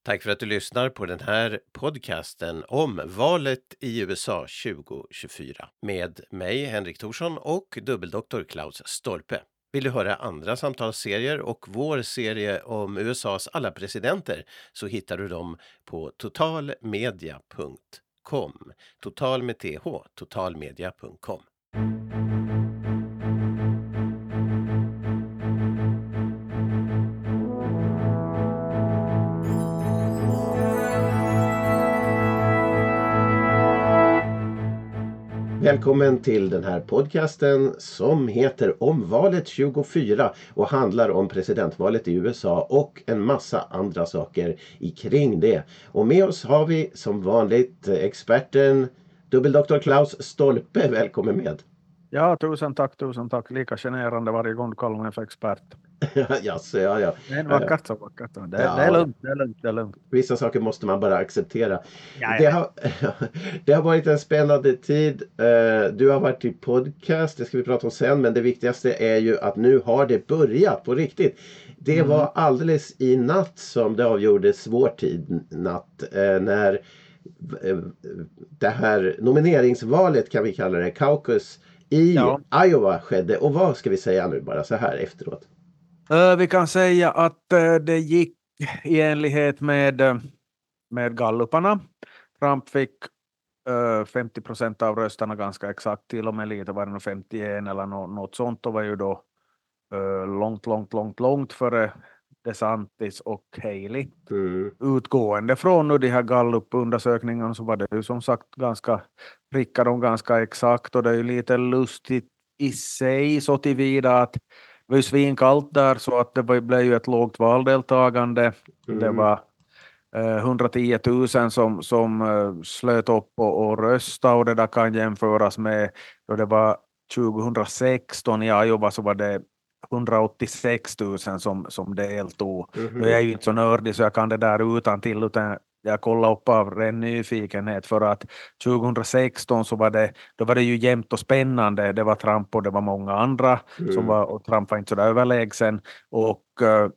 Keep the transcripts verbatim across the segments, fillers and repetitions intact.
Tack för att du lyssnar på den här podcasten om valet i U S A tjugo tjugofyra med mig, Henrik Thorsson, och dubbeldoktor Klaus Stolpe. Vill du höra andra samtalsserier och vår serie om U S A:s alla presidenter så hittar du dem på totalmedia punkt com. Total med th, totalmedia punkt com. Välkommen till den här podcasten som heter Om valet tjugofyra och handlar om presidentvalet i U S A och en massa andra saker i kring det. Och med oss har vi som vanligt experten dubbeldoktor Klaus Stolpe. Välkommen med. Ja, tusen tack, tusen tack. Lika generande varje gång du kallar mig för expert. Yes, ja, ja. Men vackert så vackert. Det, Ja. det är lugnt, det är lugnt, det är lugnt. Vissa saker måste man bara acceptera. Ja, Det, har, det har varit en spännande tid. Eh, Du har varit i podcast, det ska vi prata om sen. Men det viktigaste är ju att nu har det börjat på riktigt. Det Mm. var alldeles i natt som det avgjordes vår tid natt. eh, När eh, det här nomineringsvalet, kan vi kalla det, caucus i Ja. Iowa skedde. Och vad ska vi säga nu bara så här efteråt? Eh, vi kan säga att eh, det gick i enlighet med, eh, med galluparna. Trump fick uh, femtio procent av rösterna ganska exakt, till och med lite var det nog femtioen eller nå- något sånt. Och var ju då uh, långt, långt, långt, långt före DeSantis och Haley. Mm. Utgående från nu de här gallupundersökningarna så var det ju som sagt ganska, prickade de ganska exakt, och det är ju lite lustigt i sig så tillvida att det var ju svinkallt där, så att det var- blev ju ett lågt valdeltagande. Mm. Det var eh, hundratio tusen som, som eh, slöt upp och, och röstade, och det där kan jämföras med då det var tjugohundrasexton i Iowa, så var det hundraåttiosex tusen som, som deltog. Mhm. Nu är jag ju inte så nördig så jag kan det där utan till, utan jag kollar upp av ren nyfikenhet, för att tjugohundrasexton så var det, då var det ju jämnt och spännande. Det var Trump och det var många andra Mm. som var, och Trump var inte så där överlägsen, och, eh,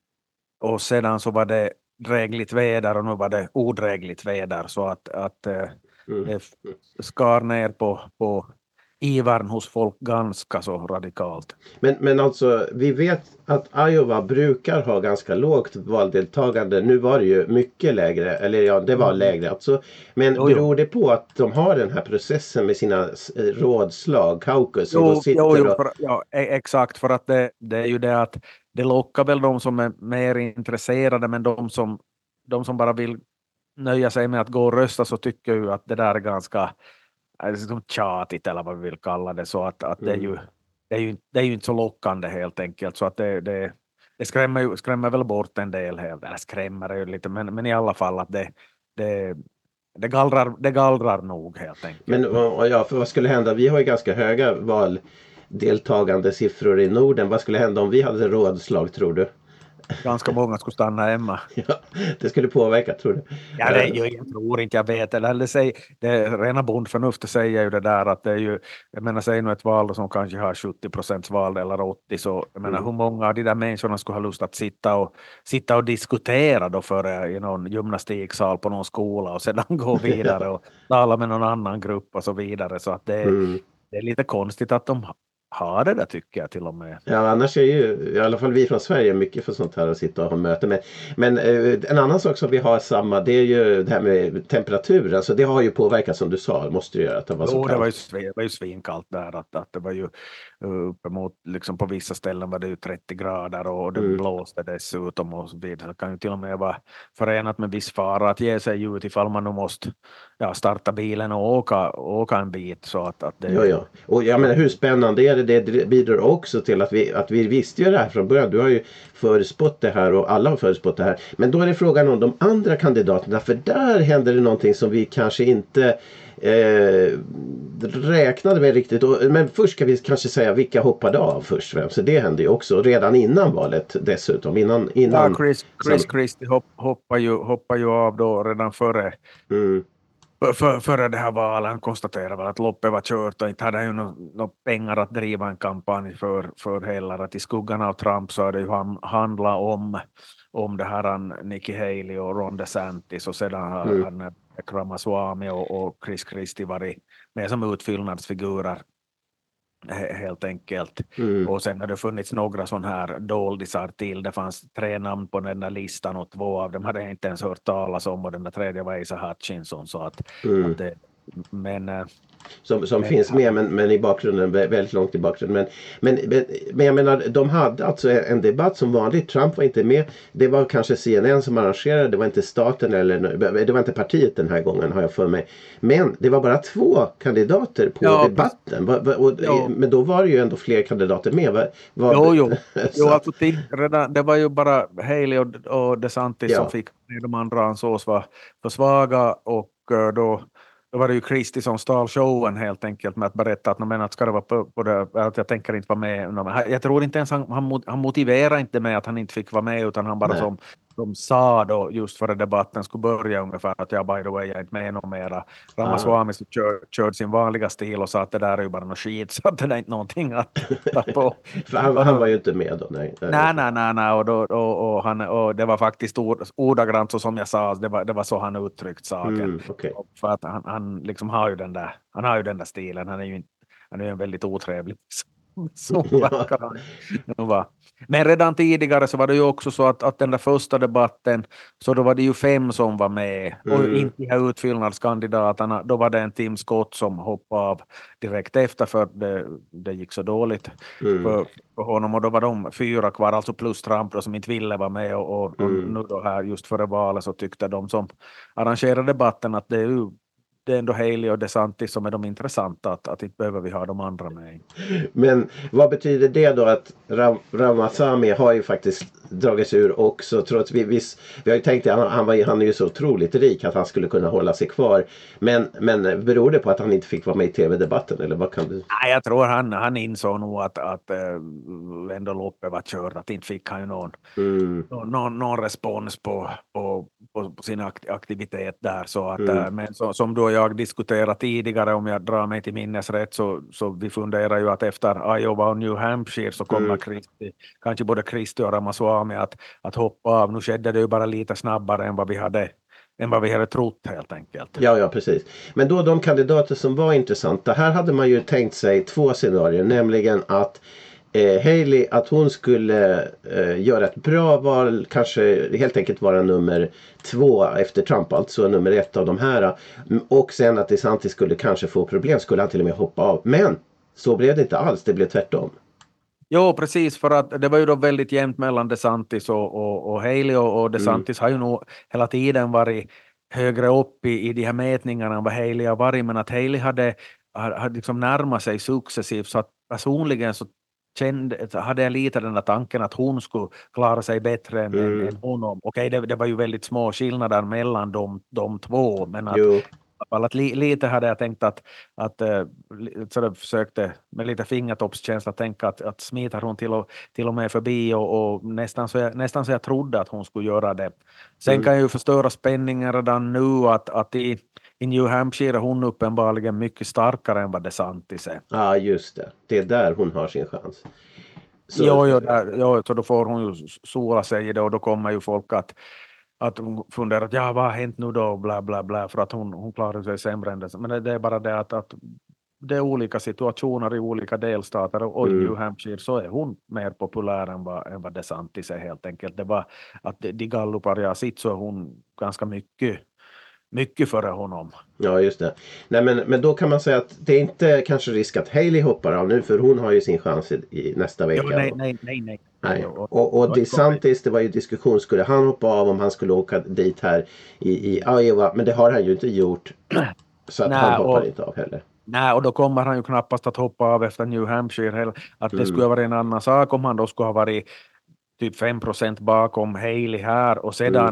och sedan så var det drägligt väder och nu var det odrägligt väder, så att, att eh, Mm. det f- skar ner på, på ivern hos folk ganska så radikalt. Men, men alltså, vi vet att Iowa brukar ha ganska lågt valdeltagande. Nu var det ju mycket lägre, eller ja, det var Mm. lägre alltså. Men Jo, jo. beror det på att de har den här processen med sina eh, rådslag, caucus, och Jo, då sitter jo, jo, och... för, ja, e- exakt, för att det, det är ju det att det lockar väl de som är mer intresserade, men de som, de som bara vill nöja sig med att gå och rösta, så tycker ju att det där är ganska är liksom tjatigt, eller vad vi vill kalla det, så att, att det, är ju, det, är ju, det är ju inte så lockande helt enkelt, så att det, det, det skrämmer, ju, skrämmer väl bort en del helt, eller skrämmer det ju lite, men, men i alla fall att det, det, det, gallrar, det gallrar nog helt enkelt. Men och, ja, för vad skulle hända? Vi har ju ganska höga valdeltagande siffror i Norden. Vad skulle hända om vi hade rådslag, tror du? Ganska många skulle stanna hemma. Ja, det skulle påverka, tror du? Ja, det, jag, jag tror inte, jag vet. Eller det, säger, det rena bondförnuftet säger ju det där att det är ju, jag menar, säg nu ett val som kanske har sjuttio procent val eller åttio, så jag menar, Mm. hur många av de där människorna skulle ha lust att sitta och, sitta och diskutera då för i någon gymnastiksal på någon skola och sedan gå vidare och tala med någon annan grupp och så vidare, så att det, Mm. det är lite konstigt att de har det där, tycker jag till och med. Ja, annars är ju i alla fall vi från Sverige mycket för sånt här att sitta och ha möte med. Men eh, en annan sak som vi har samma, det är ju det här med temperatur. Alltså det har ju påverkat, som du sa, måste det göra att det var så Jo, det var ju, kallt. svin, det var ju svinkallt där, att, att det var ju uh, uppemot, liksom på vissa ställen var det ju trettio grader och det Mm. blåste dessutom och så vidare. Det kan ju till och med vara förenat med viss fara att ge sig ut ifall man nu måste ja, starta bilen och åka, åka en bit, så att, att det... Ja, ja. Och jag menar, hur spännande är det? Det bidrar också till att vi, att vi visste ju det här från början. Du har ju förutspått det här och alla har förutspått det här. Men då är det frågan om de andra kandidaterna, för där händer det någonting som vi kanske inte eh, räknade med riktigt. Och, men först ska vi kanske säga vilka hoppade av först. Så det hände ju också redan innan valet dessutom. Innan, innan, Ja, Chris, Chris som- Christie hopp, hoppar, ju, hoppar ju av då redan före mm. för, för, före det här valet. Han konstaterade väl att loppet var kört och inte hade han ju några no pengar att driva en kampanj för, för heller. Att i skuggan av Trump så har det ju han, handlat om, om det här han, Nikki Haley och Ron DeSantis, och sedan har Mm. han Ramaswamy och, och Chris Christie varit med som utfyllnadsfigurer he- helt enkelt. Mm. Och sen har det funnits några sådana här doldisar till. Det fanns tre namn på den där listan och två av dem hade jag inte ens hört talas om, och den där tredje var Asa Hutchinson. Så att, Mm. att det, men eh, Som, som Men- finns med men, men i bakgrunden, vä- väldigt långt i bakgrunden. Men, men, men, men jag menar, de hade alltså en debatt som vanligt. Trump var inte med. Det var kanske C N N som arrangerade. Det var inte staten eller det var inte partiet den här gången, har jag för mig. Men det var bara två kandidater på Ja, debatten. Va, va, och, Ja. Men då var det ju ändå fler kandidater med. Va, va, Jo, jo. så Jo, att- alltså, tid, redan, det var ju bara Haley och, och DeSantis Ja. som fick med, de andra ansågs vara för svaga, och eh, då, då var det ju Christie som stal showen helt enkelt med att berätta att, men, att ska det vara på, på det, att jag tänker inte vara med. No, men jag tror inte ens han, han, mot- han motiverade inte med att han inte fick vara med, utan han bara Nej. som de sa då just före debatten skulle börja ungefär att ja, by the way, jag är inte med någon mera. Ramaswamy så kör, körde sin vanliga stil och sa att det där är ju bara något skit, så att det är inte någonting att ta på. För han, han var ju inte med då. Nej, Nej, nej, nej, nej. Och, då, och, och, han, och det var faktiskt ord, ordagrant så som jag sa, det var, det var så han uttryckt saken. Mm, okej. För att han, han liksom har ju den där, han har ju den där stilen, han är ju inte, han är ju en väldigt otrevlig så Ja. verkar han nu vara. Men redan tidigare så var det ju också så att, att den där första debatten, så då var det ju fem som var med, och Mm. inte de här utfyllnadskandidaterna, då var det en Tim Scott som hoppade av direkt efter, för det, det gick så dåligt Mm. för, för honom, och då var de fyra kvar, alltså plus Trump då, som inte ville vara med, och, och, och Mm. nu då här just före valet så tyckte de som arrangerade debatten att det är ju det är ändå Haley och DeSantis som är de intressanta, att, att inte behöver vi ha de andra med. Men vad betyder det då att Ram, Ramaswamy har ju faktiskt dragit sig ur också, trots vi, vi, vi har ju tänkt att han, han, var, han är ju så otroligt rik att han skulle kunna hålla sig kvar. Men, men beror det på att han inte fick vara med i tv-debatten eller vad kan du? Nej, jag tror han, han insåg nog att, att äh, ändå loppet var kört, att inte fick han ju någon, Mm. någon, någon respons på, på, på, på sin akt, aktivitet där. Så att, Mm. äh, men så, som du och jag diskuterat tidigare, om jag drar mig till minnes rätt, så, så vi funderar ju att efter Iowa och New Hampshire så kommer Mm. Christie, kanske både Christie och Ramaswamy att, att hoppa av. Nu skedde det ju bara lite snabbare än vad vi hade, än vad vi hade trott helt enkelt. Ja, ja, precis. Men då de kandidater som var intressanta, här hade man ju tänkt sig två scenarier, nämligen att eh, Haley, att hon skulle eh, göra ett bra val, kanske helt enkelt vara nummer två efter Trump, alltså nummer ett av de här, och sen att DeSantis skulle kanske få problem, skulle han till och med hoppa av. Men så blev det inte alls, det blev tvärtom. Jo, precis, för att det var ju då väldigt jämnt mellan DeSantis och, och, och Haley, och, och DeSantis har ju nog hela tiden varit högre upp i, i de här mätningarna än vad Haley har varit, men att Haley hade, hade liksom närmat sig successivt, så att personligen så kände, hade jag lite den där tanken att hon skulle klara sig bättre än, Mm. än, än honom. Okej, det, det var ju väldigt små skillnader mellan de, de två, men att Jo. att li, lite hade jag tänkt att, att äh, så jag försökte med lite fingertoppskänsla tänka att, att smitar hon till och, till och med förbi, och, och nästan, så jag, nästan så jag trodde att hon skulle göra det. Sen Mm. kan jag ju förstöra spänningen redan nu att, att i, i New Hampshire är hon uppenbarligen mycket starkare än vad DeSantis är. Ja, just det. Det är där hon har sin chans. Så- Jo, jo, där, jo, så då får hon ju sola sig i det, och då kommer ju folk att att hon funderar att ja, vad har hänt nu då, bla bla bla, för att hon, hon klarar sig sämre än det. Men det, det är bara det att, att det är olika situationer i olika delstater, och Mm. i New Hampshire så är hon mer populär än vad, än vad DeSantis är helt enkelt. Det var att de, de gallupar jag sitt så är hon ganska mycket, mycket före honom. Ja, just det. Nej, men, men då kan man säga att det är inte kanske risk att Haley hoppar av nu, för hon har ju sin chans i, i nästa vecka. Jo, nej, nej, nej, nej. Nej. Och- Och, och DeSantis, det var ju diskussion, skulle han hoppa av om han skulle åka dit här i, i Iowa, men det har han ju inte gjort. Så att Nej, han hoppar och- inte av heller. Nej, och då kommer han ju knappast att hoppa av efter New Hampshire heller. Att Mm. det skulle ha varit en annan sak om han då skulle ha varit typ fem procent bakom Haley här, och sedan Mm.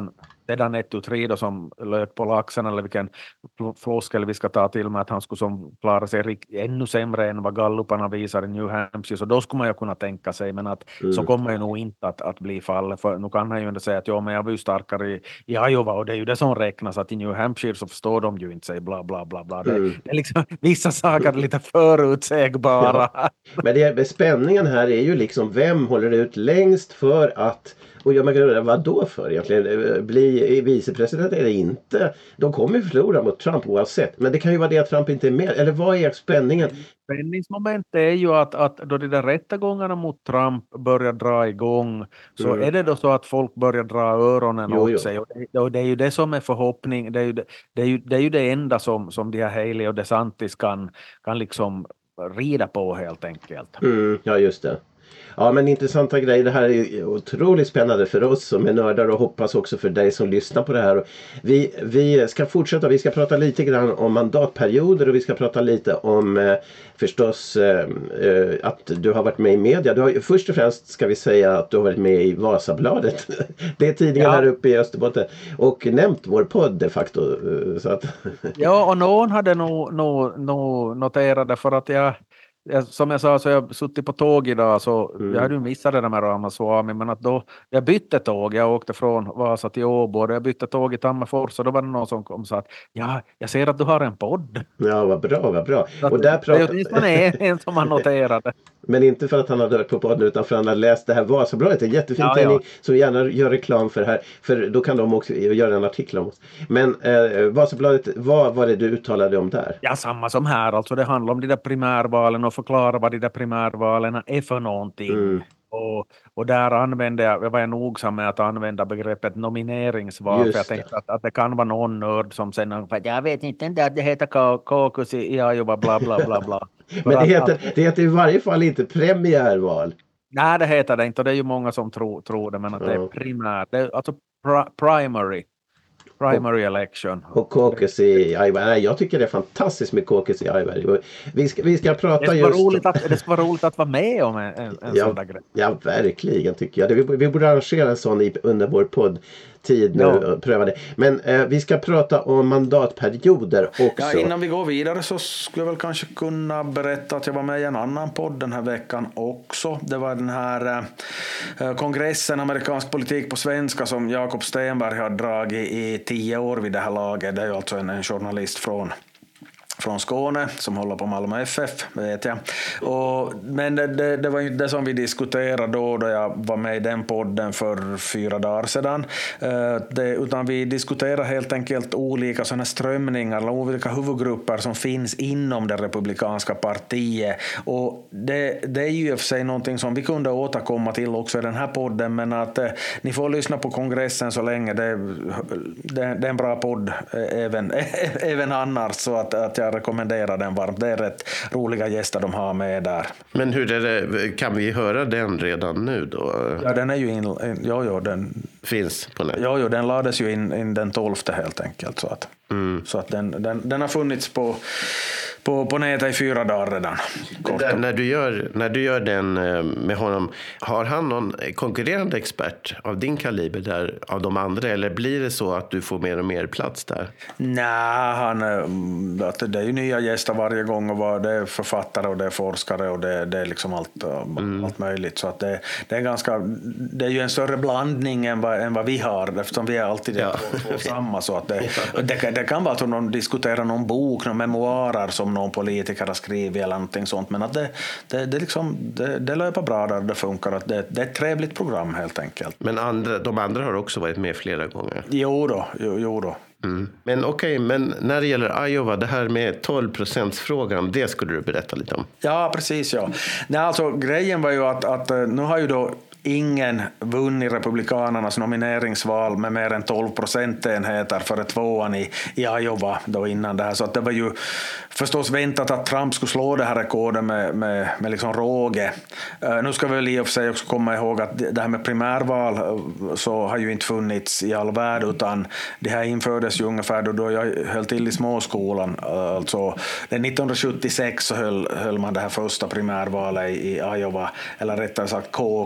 sedan ett tu tre då som lök på laxen, eller vilken floskel vi ska ta till med att han skulle som klara sig rikt, ännu sämre än vad galluparna visar i New Hampshire, så då skulle man ju kunna tänka sig, men att Mm. så kommer ju nog inte att, att bli fallet, för nu kan han ju inte säga att ja, men jag var ju starkare i, i Iowa, och det är ju det som räknas, att i New Hampshire så förstår de ju inte sig bla bla bla bla. Det, Mm. det är liksom vissa saker lite förutsägbara. Ja. Men det, spänningen här är ju liksom, vem håller ut längst för att, och jag menar, vad då för egentligen, bli vicepresident eller inte? De kommer ju förlora mot Trump oavsett, men det kan ju vara det att Trump inte är med, eller vad är spänningen? Spänningsmomentet är ju att, att då de där rättegångarna mot Trump börjar dra igång, så Mm. är det då så att folk börjar dra öronen Jo, åt jo. sig, och det, och det är ju det som är förhoppning, det är ju det, det, är ju, det, är ju det enda som, som de här Haley och DeSantis kan, kan liksom rida på helt enkelt. Mm, ja, just det. Ja, men intressanta grejer. Det här är otroligt spännande för oss som är nördar, och hoppas också för dig som lyssnar på det här. Vi, vi ska fortsätta, vi ska prata lite grann om mandatperioder, och vi ska prata lite om eh, förstås eh, att du har varit med i media. Du har, först och främst ska vi säga att du har varit med i Vasabladet. Det är tidningen Ja. här uppe i Österbotten, och nämnt vår podd de facto. Så att... Ja, och någon hade nog, nog, nog noterat det, för att jag, jag som jag sa, så jag suttit på tåg idag, så Mm. jag hade ju missat det där med Ramaswamy, men att då jag bytte tåg, jag åkte från Vasa till Åbo, och jag bytte tåg i Tammerfors, och då var det någon som kom och sa att ja, jag ser att du har en podd. Ja, vad bra, vad bra. Så att Och där det är pratar... åtminstone en, en som har noterat det. Men inte för att han har hört på podden, utan för att han har läst det här Vasabladet. Det är en jättefin Ja, tidning ja. som vi gärna gör reklam för här. För då kan de också göra en artikel om oss. Men eh, Vasabladet, vad var det du uttalade om där? Ja, samma som här, alltså det handlar om de där primärvalen och förklara vad de där primärvalen är för någonting. Mm. Och, och där använde jag, jag var jag nogsam med att använda begreppet nomineringsval, Just för jag det. tänkte att, att det kan vara någon nörd som sen, för jag vet inte, det, det heter caucus i, i Iowa, bla bla bla bla. Men det att- heter, att- det heter i varje fall inte premiärval. Nej, det heter det inte, och det är ju många som tror, tror det, men att det Ja. är primär, det är alltså pri, primary, primary election. Och caucus i Iowa. Nej, jag tycker det är fantastiskt med caucus i Iowa. Vi ska, vi ska Det prata ska, vara just... roligt att, det ska vara roligt att vara med om en, en, en Ja. sån där grej. Ja, verkligen tycker jag. Det- Vi, vi borde arrangera en sån i, under vår poddtid nu Ja. och pröva det. Men eh, vi ska prata om mandatperioder också. Ja, innan vi går vidare så skulle jag väl kanske kunna berätta att jag var med i en annan podd den här veckan också. Det var den här eh, kongressen Amerikansk politik på svenska som Jakob Stenberg har dragit i tio år vid det här laget. Det är ju alltså en, en journalist från från Skåne som håller på Malmö F F, vet jag. Och, men det, det, det var ju det som vi diskuterade då, då jag var med i den podden för fyra dagar sedan. Uh, det, utan vi diskuterar helt enkelt olika sådana strömningar eller olika huvudgrupper som finns inom det republikanska partiet. Och det, det är ju i och för sig någonting som vi kunde återkomma till också i den här podden, men att uh, ni får lyssna på kongressen så länge. Det, det, det är en bra podd eh, även, även annars, så att, att jag rekommenderar den varmt. Det är rätt roliga gäster de har med där. Men hur är det, kan vi höra den redan nu då? Ja, den är ju in, ja, ja, den, Finns på nätet? ja, ja, den lades ju in, in den tolfte helt enkelt. Så att, Mm. så att den, den, den har funnits på, på, på nätet i fyra dagar redan. Kort. Där, när, du gör, när du gör den eh, med honom, har han någon konkurrerande expert av din kaliber där, av de andra, eller blir det så att du får mer och mer plats där? Nej, han, är- att det är ju nya gäster varje gång, och vad- det är författare och det är forskare och det, det är liksom allt, allt möjligt. Så att det, det är ganska, det är ju en större blandning än vad, än vad vi har, eftersom vi är alltid Ja. två, två samma. Så att det, det, det kan vara att de diskuterar någon bok, någon memoarer som någon politiker har skrivit eller någonting sånt, men att det, det, det, liksom, det, det löper bra där det funkar. Att det, det är ett trevligt program helt enkelt. Men andra, de andra har också varit med flera gånger. Jo då, jo, jo då. Mm. Men okej, men när det gäller Iowa, det här med tolv procents-frågan, det skulle du berätta lite om. Ja, precis. Ja. Nej, alltså, grejen var ju att, att nu har ju då ingen vunnit republikanernas nomineringsval med mer än tolv procentenheter före tvåan i, i Iowa då innan det här. Så att det var ju förstås väntat att Trump skulle slå det här rekordet med, med, med liksom råge. Uh, nu ska vi väl i och för sig också komma ihåg att det här med primärval uh, så har ju inte funnits i all värld, utan det här infördes ju ungefär då, då jag höll till i småskolan. Uh, alltså nittonhundrasjuttiosex så höll, höll man det här första primärvalet i, i Iowa, eller rättare sagt caucus.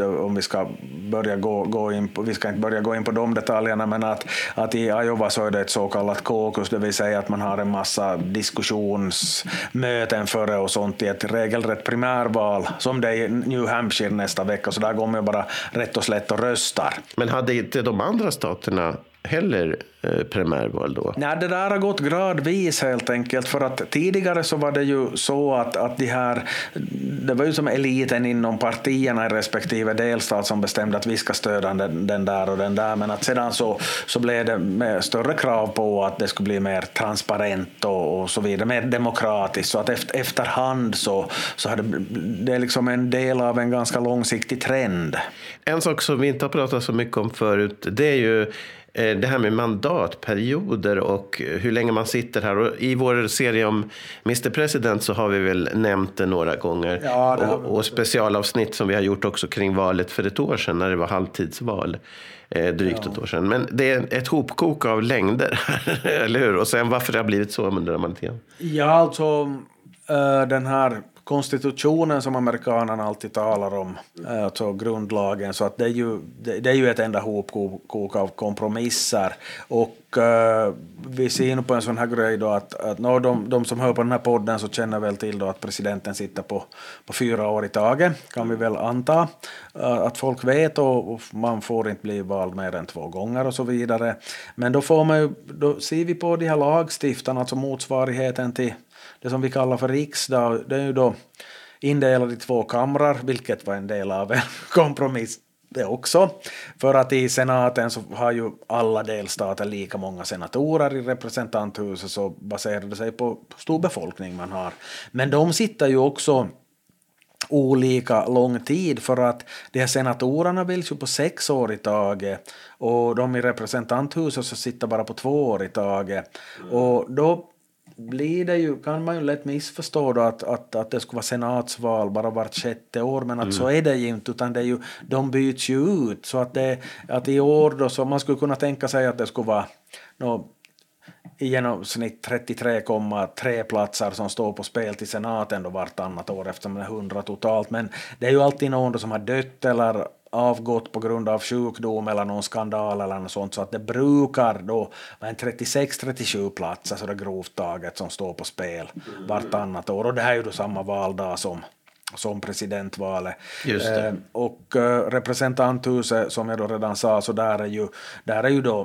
om vi ska börja gå, gå in på, vi ska inte börja gå in på de detaljerna, men att, att i Iowa så är det ett så kallat caucus, det vill säga att man har en massa diskussionsmöten före och sånt i ett regelrätt primärval som det är i New Hampshire nästa vecka, så där går man bara rätt och slätt och röstar. Men hade inte de andra staterna heller eh, primärval då? Nej, det där har gått gradvis helt enkelt, för att tidigare så var det ju så att, att de här, det var ju som eliten inom partierna i respektive delstat som bestämde att vi ska stödja den, den där och den där, men att sedan så, så blev det med större krav på att det skulle bli mer transparent och, och så vidare, mer demokratiskt, så att efter, efterhand så, så hade det är liksom en del av en ganska långsiktig trend. En sak som vi inte har pratat så mycket om förut, det är ju det här med mandatperioder och hur länge man sitter här. Och i vår serie om mister President så har vi väl nämnt det några gånger. Ja, det och, och specialavsnitt som vi har gjort också kring valet för ett år sedan när det var halvtidsval. Eh, drygt ja. ett år sedan. Men det är ett hopkok av längder, eller hur? Och sen varför det har blivit så undrar man lite. Ja, alltså den här konstitutionen som amerikanerna alltid talar om, alltså grundlagen, så att det är ju, det är ju ett enda hopkok av kompromisser, och uh, vi ser nu på en sån här grej då att, att no, de, de som hör på den här podden så känner väl till då att presidenten sitter på, på fyra år i taget, kan vi väl anta uh, att folk vet, och, och man får inte bli vald mer än två gånger och så vidare, men då får man ju, då ser vi på de här lagstiftarna, alltså motsvarigheten till det som vi kallar för riksdag, det är ju då indelad i två kamrar, vilket var en del av en kompromiss det också. För att i senaten så har ju alla delstater lika många senatorer, i representanthuset så baserar det sig på stor befolkning man har. Men de sitter ju också olika lång tid, för att de här senatorerna väljs ju på sex år i taget och de i representanthuset så sitter bara på två år i taget. Och då blir det ju, kan man ju lätt missförstå då att, att, att det skulle vara senatsval bara vart sjätte år, men att mm. så är det ju inte, utan det är ju, de byts ju ut, så att, det, att i år då så man skulle kunna tänka sig att det skulle vara no, i genomsnitt trettiotre komma tre platser som står på spel till senaten då vartannat år, eftersom det är hundra totalt, men det är ju alltid någon då som har dött eller avgått på grund av sjukdom eller någon skandal eller något sånt, så att det brukar då vara en trettiosex trettiosju platser så det grovt taget som står på spel vartannat år, och det här är ju då samma valdag som som presidentvalet. Just det. Eh, och eh, representanthuset som jag då redan sa, så där är ju, där är ju då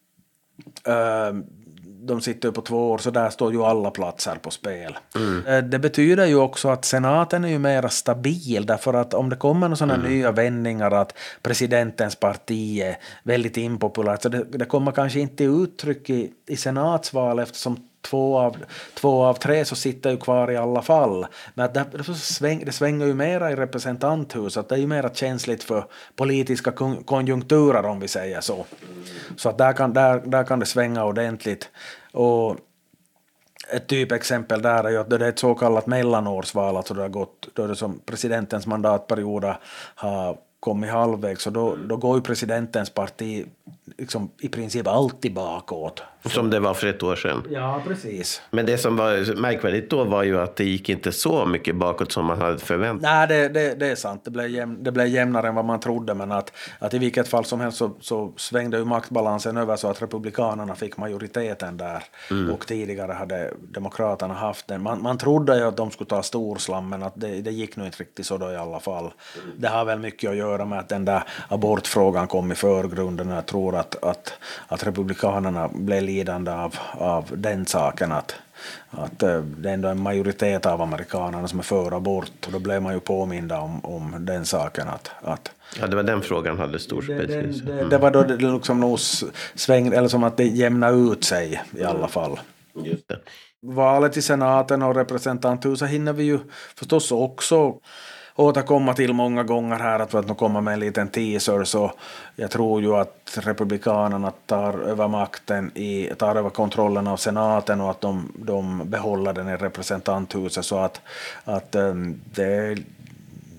eh, de sitter på två år, så där står ju alla platser på spel. Mm. Det betyder ju också att senaten är ju mer stabil, därför att om det kommer några sådana mm. nya vändningar att presidentens parti är väldigt impopulärt, så det, det kommer kanske inte uttryck i, i senatsval, eftersom två av, två av tre så sitter ju kvar i alla fall. Men att det, det, sväng, det svänger ju mera i representanthuset, att det är ju mera känsligt för politiska kon, konjunkturer om vi säger så. Så att där kan, där, där kan det svänga ordentligt. Och ett typexempel där är ju att det är ett så kallat mellanårsval, alltså det har gått, då det som presidentens mandatperiod har kommit halvvägs, så då, då går ju presidentens parti liksom i princip alltid bakåt. Som det var för ett år sedan. Ja, precis. Men det som var märkvärdigt då var ju att det gick inte så mycket bakåt som man hade förväntat. Nej, det, det, det är sant. Det blev, jämn, det blev jämnare än vad man trodde, men att, att i vilket fall som helst så, så svängde ju maktbalansen över så att republikanerna fick majoriteten där. Mm. Och tidigare hade demokraterna haft den. Man, man trodde ju att de skulle ta storslam, men att det, det gick nog inte riktigt så då i alla fall. Mm. Det har väl mycket att göra med att den där abortfrågan kom i förgrunden. Jag tror att, att, att republikanerna blev lidande av, av den saken, att, att det är ändå en majoritet av amerikanerna som är för abort, och då blev man ju påminda om, om den saken att, att ja, det var den frågan hade stor betydelse. Det, det, det var då det liksom nog svängde, eller som att det jämnade ut sig i alla fall. Just det. Valet i senaten och representanthuset hinner vi ju förstås också återkomma till många gånger här, att, att nu kommer med en liten teaser, så jag tror ju att republikanerna tar över makten i, tar över kontrollen av senaten, och att de, de behåller den i representanthuset, så att, att um, det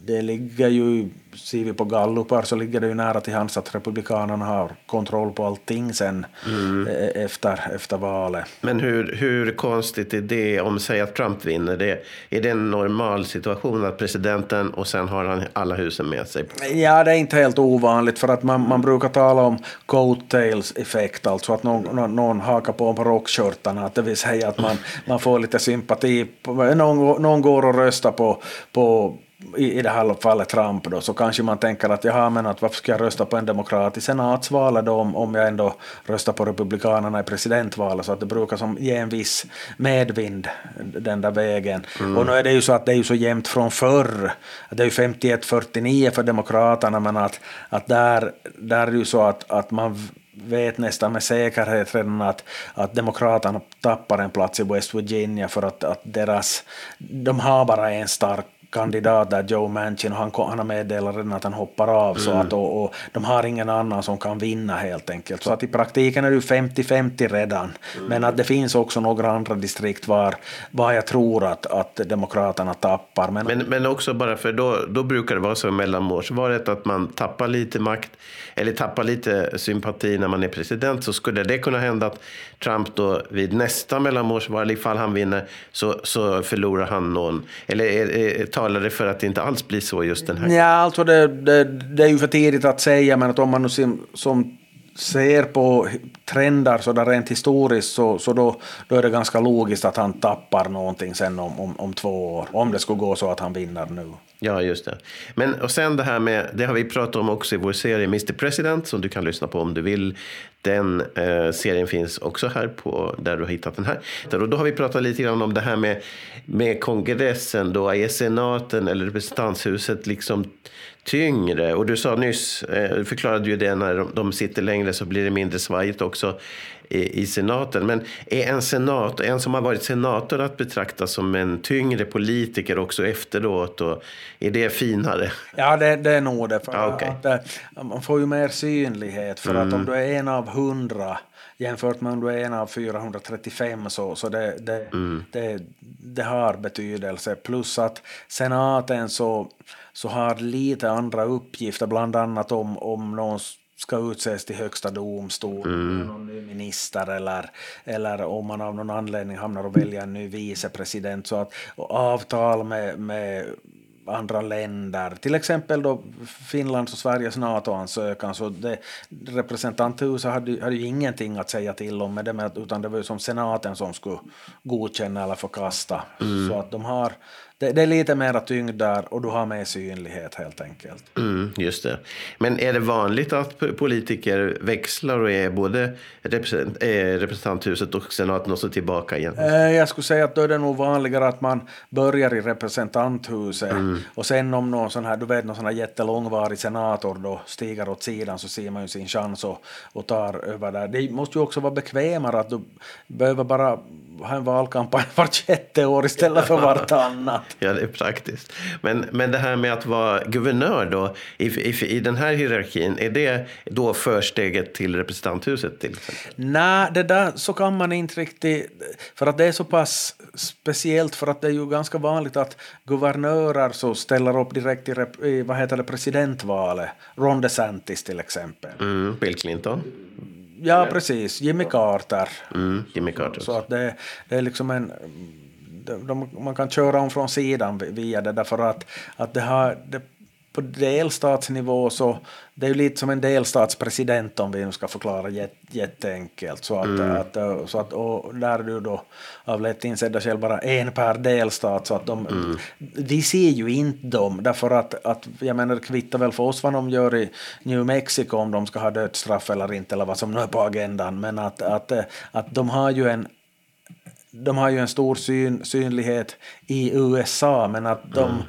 det ligger ju, ser vi på gallupar så ligger det ju nära till hands att republikanerna har kontroll på allting sen mm. efter, efter valet. Men hur, hur konstigt är det om säg att Trump vinner? Det, är det en normal situation att presidenten och sen har han alla husen med sig? Ja, det är inte helt ovanligt för att man, man brukar tala om coattails-effekt, alltså att någon, någon, någon hakar på på rockskörtarna, att det vill säga att man, man får lite sympati, någon, någon går och röstar på, på i det här fallet Trump då, så kanske man tänker att jaha, men att varför ska jag rösta på en demokrat i senatsvalet då om, om jag ändå röstar på republikanerna i presidentvalet, så att det brukar som ge en viss medvind den där vägen. Mm. Och nu är det ju så att det är ju så jämnt från förr, det är ju femtioett fyrtionio för demokraterna, men att, att där, där är det ju så att, att man vet nästan med säkerhet redan att, att demokraterna tappar en plats i West Virginia för att, att deras, de har bara en stark kandidat där, Joe Manchin, och han, han har meddelat redan att han hoppar av, mm. så att, och, och de har ingen annan som kan vinna helt enkelt. Så att i praktiken är det femtio femtio redan, mm. men att det finns också några andra distrikt var, var jag tror att, att demokraterna tappar. Men, men, men också bara för då, då brukar det vara så mellanmårsvalet att man tappar lite makt eller tappar lite sympati när man är president, så skulle det kunna hända att Trump då vid nästa mellanmårsval, ifall han vinner, så, så förlorar han någon, eller är, är, talar det för att det inte alls blir så just den här? Ja, alltså det, det, det är ju för tidigt att säga, men att om man nu som, som ser på trender så där rent historiskt, så, så då, då är det ganska logiskt att han tappar någonting sen om, om, om två år, om det skulle gå så att han vinner nu. Ja, just det. Men och sen det här med, det har vi pratat om också i vår serie mister President, som du kan lyssna på om du vill. Den eh, serien finns också här på där du har hittat den här. Och då har vi pratat lite grann om det här med, med kongressen då, är senaten eller representanthuset liksom tyngre? Och du sa nyss, eh, du förklarade ju det, när de, de sitter längre så blir det mindre svajigt också i, i senaten. Men är en senator, en som har varit senator, att betrakta som en tyngre politiker också efteråt, och är det finare? Ja, det, det är nog det. För ah, okay. att, att, man får ju mer synlighet, för mm. att om du är en av hundra jämfört med om du är en av fyrahundratrettiofem, så, så det, det, mm. det, det har betydelse. Plus att senaten så, så har lite andra uppgifter, bland annat om, om någon ska utses till högsta domstol, mm. någon ny minister, eller, eller om man av någon anledning hamnar och väljer en ny vicepresident, så att och avtal med, med andra länder, till exempel då Finlands och Sveriges NATO-ansökan, så det, representanthuset hade, hade ju ingenting att säga till om med det, med, utan det var ju som senaten som skulle godkänna eller förkasta, mm. så att de har det, det är lite mer tyngd där, och du har mer synlighet helt enkelt. Mm, just det. Men är det vanligt att politiker växlar och är både represent, eh, representanthuset och senaten och så tillbaka igen? Eh, jag skulle säga att då är det nog vanligare att man börjar i representanthuset, mm. och sen om någon sån här, du vet, någon sån här jättelångvarig senator då stiger åt sidan, så ser man ju sin chans och, och tar över där. Det måste ju också vara bekvämare att du behöver bara ha en valkampanj vart sjätte år istället för vartannat. Ja, det är praktiskt. Men, men det här med att vara guvernör då, i, i, i den här hierarkin, är det då försteget till representanthuset till exempel? Nej, det där så kan man inte riktigt, för att det är så pass speciellt, för att det är ju ganska vanligt att guvernörer så ställer upp direkt i, i vad heter det, presidentvalet. Ron DeSantis till exempel. Mm, Bill Clinton. Ja, precis. Jimmy Carter. Mm, Jimmy Carter. Så att det, det är liksom en... De, de, man kan köra om från sidan via det, därför att, att det har... Det, på delstatsnivå så det är ju lite som en delstatspresident, om vi nu ska förklara jät, jätteenkelt. Så att, mm. att, så att, och där är du då av lätt insedda själv bara en per delstat, så att de, mm. vi ser ju inte dem, därför att, att jag menar, det kvittar väl för oss vad de gör i New Mexico, om de ska ha dödsstraff eller inte, eller vad som nu är på agendan, men att, att, att de har ju en de har ju en stor syn, synlighet i U S A, men att de, mm.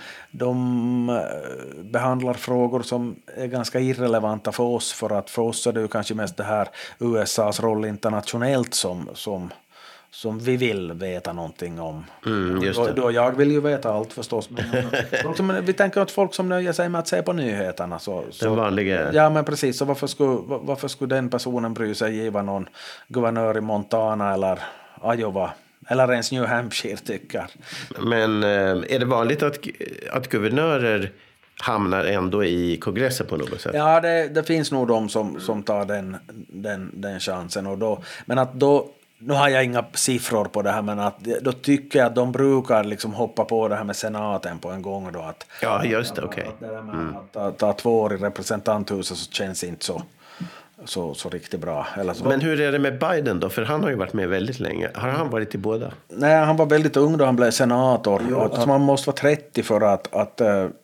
de behandlar frågor som är ganska irrelevanta för oss, för att för oss är det ju kanske mest det här U S A:s roll internationellt som, som, som vi vill veta någonting om. Mm, just det. Då, då jag vill ju veta allt förstås, men vi tänker att folk som nöjer sig med att se på nyheterna, så, så den vanliga. Ja, men precis, så varför skulle, varför skulle den personen bry sig giva någon guvernör i Montana eller Iowa eller ens New Hampshire tycker? Men är det vanligt att, att guvernörer hamnar ändå i kongressen på något sätt. Ja, det, det finns nog de som, som tar den, den, den chansen. Och då, men att då, nu har jag inga siffror på det här, men att då tycker jag att de brukar liksom hoppa på det här med senaten på en gång. Då, att, ja, just det, okej. Okay. Att, mm. att, att ta två år i representanthuset så känns inte så, så, så riktigt bra. Eller så. Men hur är det med Biden då? För han har ju varit med väldigt länge. Har han varit i båda? Nej, han var väldigt ung då han blev senator. Ja. Alltså man måste vara trettio för att... att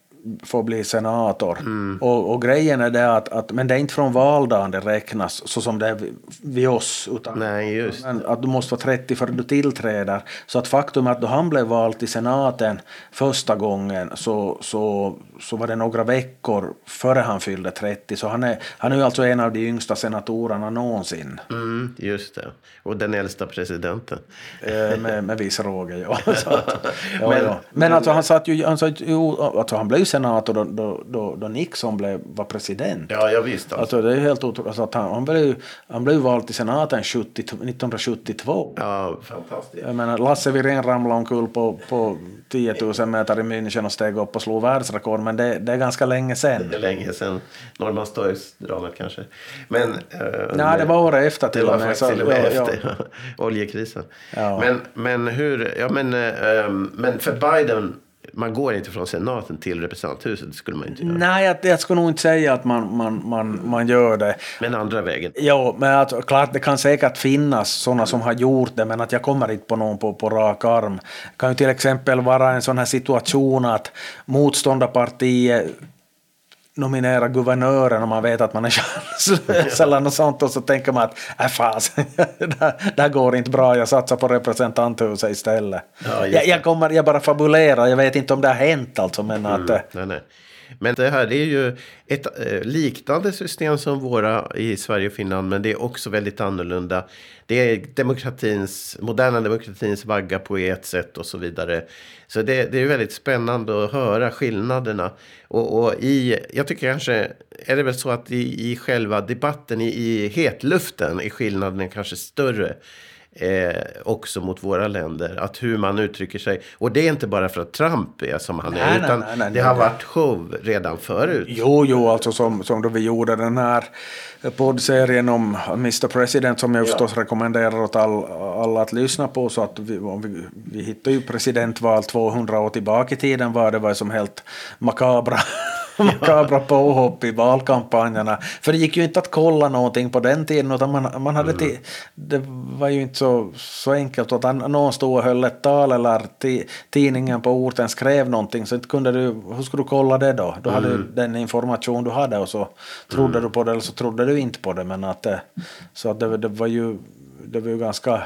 får bli senator. Mm. Och, och grejen är det att, att men det är inte från valdagen det räknas så som det är vid, vid oss, utan nej, just. Att du måste vara trettio för att du tillträder. Så att faktum är att då han blev vald till senaten första gången så, så, så var det några veckor före han fyllde trettio. Så han är, han är ju alltså en av de yngsta senatorerna någonsin. Mm, just det. Och den äldsta presidenten. Eh, med, med viss råge, ja. Så att, ja, men, ja. men alltså han satt ju, han satt ju alltså han blev senator då, då, då, då Nixon blev, var president. Ja, jag visste. Alltså. Alltså, det är helt otroligt. Alltså, att han, han, blev, han blev vald till senaten nittonhundrasjuttiotvå. Ja, fantastiskt. Jag menar, Lasse Wirén ramlade omkull på, på tio tusen meter i München och steg upp och slog världsrekord. Men det, det är ganska länge sedan. Det är länge sedan. Norrmalmstorgsdramat kanske. Men, eh, nej, det var året efter till och med. Det var faktiskt till och med ja, efter. Ja. Oljekrisen. Ja. Men, men hur... Ja, men, eh, men för Biden... Man går inte från senaten till representanthuset, det skulle man inte göra. Nej, jag, jag skulle nog inte säga att man, man, man, man gör det. Men andra vägen. Ja, men att, klart det kan säkert finnas sådana som har gjort det, men att jag kommer inte på någon på, på rak arm. Det kan ju till exempel vara en sån här situation att motståndarpartiet nominera guvernören om man vet att man är chanslös eller något sånt, och så tänker man att äh fas, det här går inte bra, jag satsar på representanthuset istället. Ja, jag, jag, kommer, jag bara fabulerar, jag vet inte om det har hänt alltså, men mm, att... Nej, nej. Men det här det är ju ett eh, liknande system som våra i Sverige och Finland, men det är också väldigt annorlunda. Det är demokratins, moderna demokratins vagga på ett sätt och så vidare. Så det, det är väldigt spännande att höra skillnaderna. Och, och i, jag tycker kanske, är det väl så att i, i själva debatten, i, i hetluften är skillnaden kanske större. Eh, också mot våra länder, att hur man uttrycker sig, och det är inte bara för att Trump är som han nej, är, utan nej, nej, nej, det har nej. varit show redan förut. Jo, jo, alltså som, som då vi gjorde den här poddserien om mister President som jag ja. förstås rekommenderar åt all, alla att lyssna på, så att vi, vi, vi hittade ju presidentval tvåhundra år tillbaka i tiden, var det var som helt makabra makabra påhopp i valkampanjerna, för det gick ju inte att kolla någonting på den tiden, utan man, man hade till, det var ju inte så, så enkelt att någon stod och höll ett tal eller t- tidningen på orten skrev någonting, så inte kunde du, hur skulle du kolla det då? Då hade mm. du den information du hade och så trodde mm. du på det eller så trodde du inte på det, men att så att det, det var ju det var ju ganska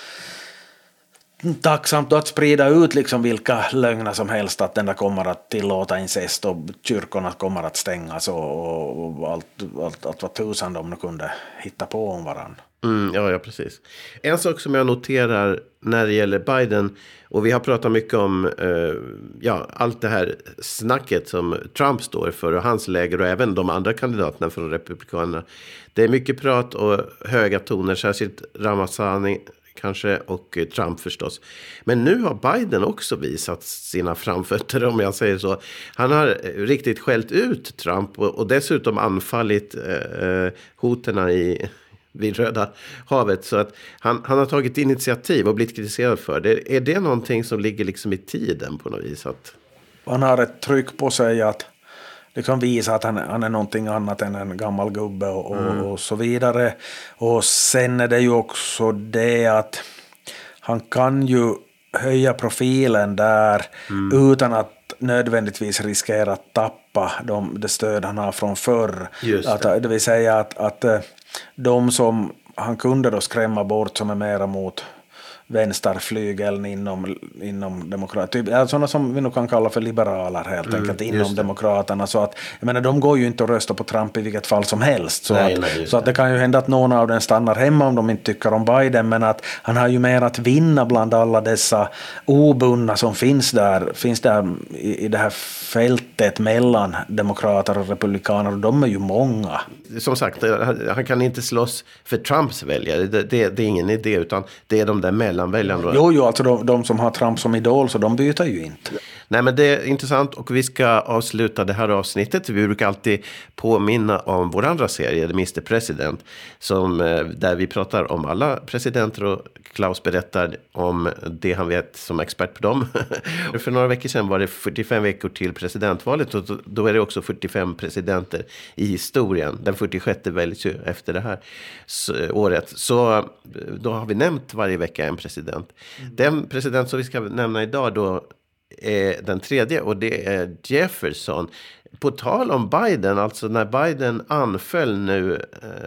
tacksamt att sprida ut liksom vilka lögner som helst, att den där kommer att tillåta incest och kyrkorna kommer att stängas och, och allt, allt, allt vad tusan de kunde hitta på om varandra. Mm, ja, ja, precis. En sak som jag noterar när det gäller Biden, och vi har pratat mycket om eh, ja, allt det här snacket som Trump står för och hans läger och även de andra kandidaterna från Republikanerna. Det är mycket prat och höga toner, särskilt Ramazani kanske och Trump förstås. Men nu har Biden också visat sina framfötter, om jag säger så. Han har riktigt skällt ut Trump och, och dessutom anfallit eh, hoterna i vid Röda havet. Så att han, han har tagit initiativ och blivit kritiserad för det. Är det någonting som ligger liksom i tiden på något vis? Att... Han har ett tryck på sig att liksom visa att han, han är någonting annat än en gammal gubbe och, mm. och, och så vidare. Och sen är det ju också det att han kan ju höja profilen där mm. utan att nödvändigtvis riskera att tappa de, det stöd han har från förr. Just att, det. det vill säga att, att de som han kunde då skrämma bort som är mera mot vänsterflygeln inom, inom demokratin, sådana som vi nog kan kalla för liberaler helt mm, enkelt inom demokraterna, så att jag menar, de går ju inte att rösta på Trump i vilket fall som helst, så, nej, att, nej, så att det kan ju hända att någon av dem stannar hemma om de inte tycker om Biden, men att han har ju mer att vinna bland alla dessa obundna som finns där, finns där i, i det här fältet mellan demokrater och republikaner, och de är ju många. Som sagt, han kan inte slåss för Trumps väljare, det, det, det är ingen idé, utan det är de där mellanväljarna. Jo, jo, alltså de, de som har Trump som idol, så de byter ju inte. Nej, men det är intressant och vi ska avsluta det här avsnittet. Vi brukar alltid påminna om vår andra serie, The mister President, som, där vi pratar om alla presidenter och Klaus berättar om det han vet som expert på dem. För några veckor sedan var det fyrtiofem veckor till presidentvalet och då är det också fyrtiofem presidenter i historien. Den fyrtiosjätte väljs ju efter det här året. Så då har vi nämnt varje vecka en president. Mm. Den president som vi ska nämna idag då är den tredje och det är Jefferson. På tal om Biden, alltså när Biden anföll nu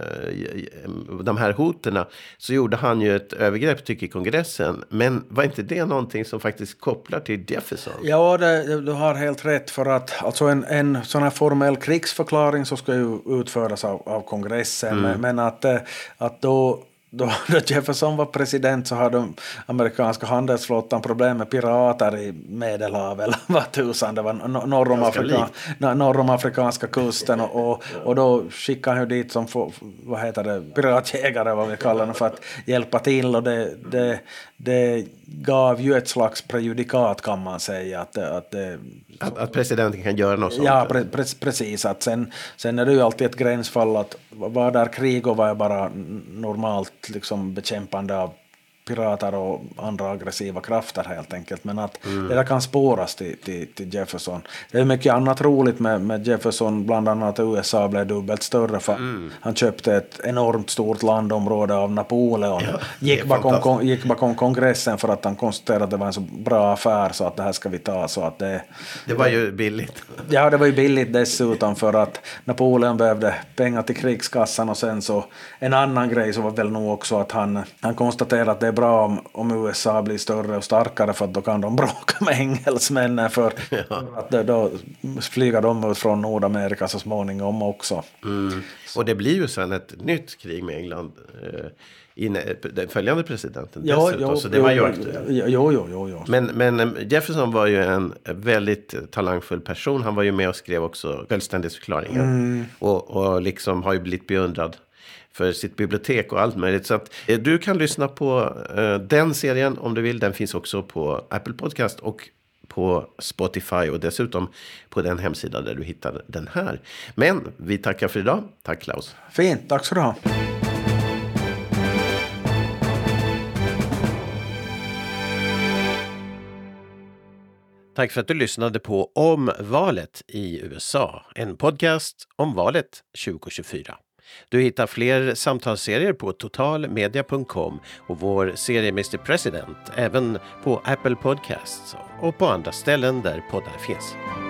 eh, de här hoterna så gjorde han ju ett övergrepp tycker i kongressen. Men var inte det någonting som faktiskt kopplar till Jefferson? Ja, det, du har helt rätt för att alltså en, en sån här formell krigsförklaring så ska ju utföras av, av kongressen. Mm. Men, men att, att då Då, då Jefferson var president så hade de amerikanska handelsflottan problem med pirater i Medelhavet eller vad tusan, det var norr om, Afrika, norr om afrikanska kusten och, och, och då skickade han ju dit som för, vad heter det, piratjägare vad vi kallar det för att hjälpa till och det, det, det gav ju ett slags prejudikat kan man säga att, att, att, att presidenten kan göra något sånt. Ja, pre, pre, precis. Att sen, sen är det ju alltid ett gränsfall att var där krig och var bara normalt liksom bekämpande av pirater och andra aggressiva krafter helt enkelt. Men att mm. det där kan spåras till, till, till Jefferson. Det är mycket annat roligt med, med Jefferson, bland annat U S A blev dubbelt större för mm. han köpte ett enormt stort landområde av Napoleon. Ja, gick, bakom, kon, gick bakom kongressen för att han konstaterade att det var en så bra affär så att det här ska vi ta. Så att det, det var ju billigt. Ja, det var ju billigt dessutom för att Napoleon behövde pengar till krigskassan och sen så en annan grej så var väl nog också att han, han konstaterade att det är bra om, om U S A blir större och starkare för att då kan de bråka med engelsmännen för ja. att det, då flyger de ut från Nordamerika så småningom också. Mm. Och det blir ju sen ett nytt krig med England eh, in, den följande presidenten ja, dessutom, jo, så det var ju jo, jo, jo, jo. Men, men Jefferson var ju en väldigt talangfull person. Han var ju med och skrev också självständighetsförklaringen mm. och, och liksom har ju blivit beundrad för sitt bibliotek och allt möjligt. Så att eh, du kan lyssna på eh, den serien om du vill. Den finns också på Apple Podcast och på Spotify och dessutom på den hemsida där du hittar den här. Men vi tackar för idag. Tack Klaus. Fint, tack så du ha. Tack för att du lyssnade på Om valet i U S A. En podcast om valet tjugo tjugofyra. Du hittar fler samtalsserier på totalmedia punkt com och vår serie mister President även på Apple Podcasts och på andra ställen där poddar finns.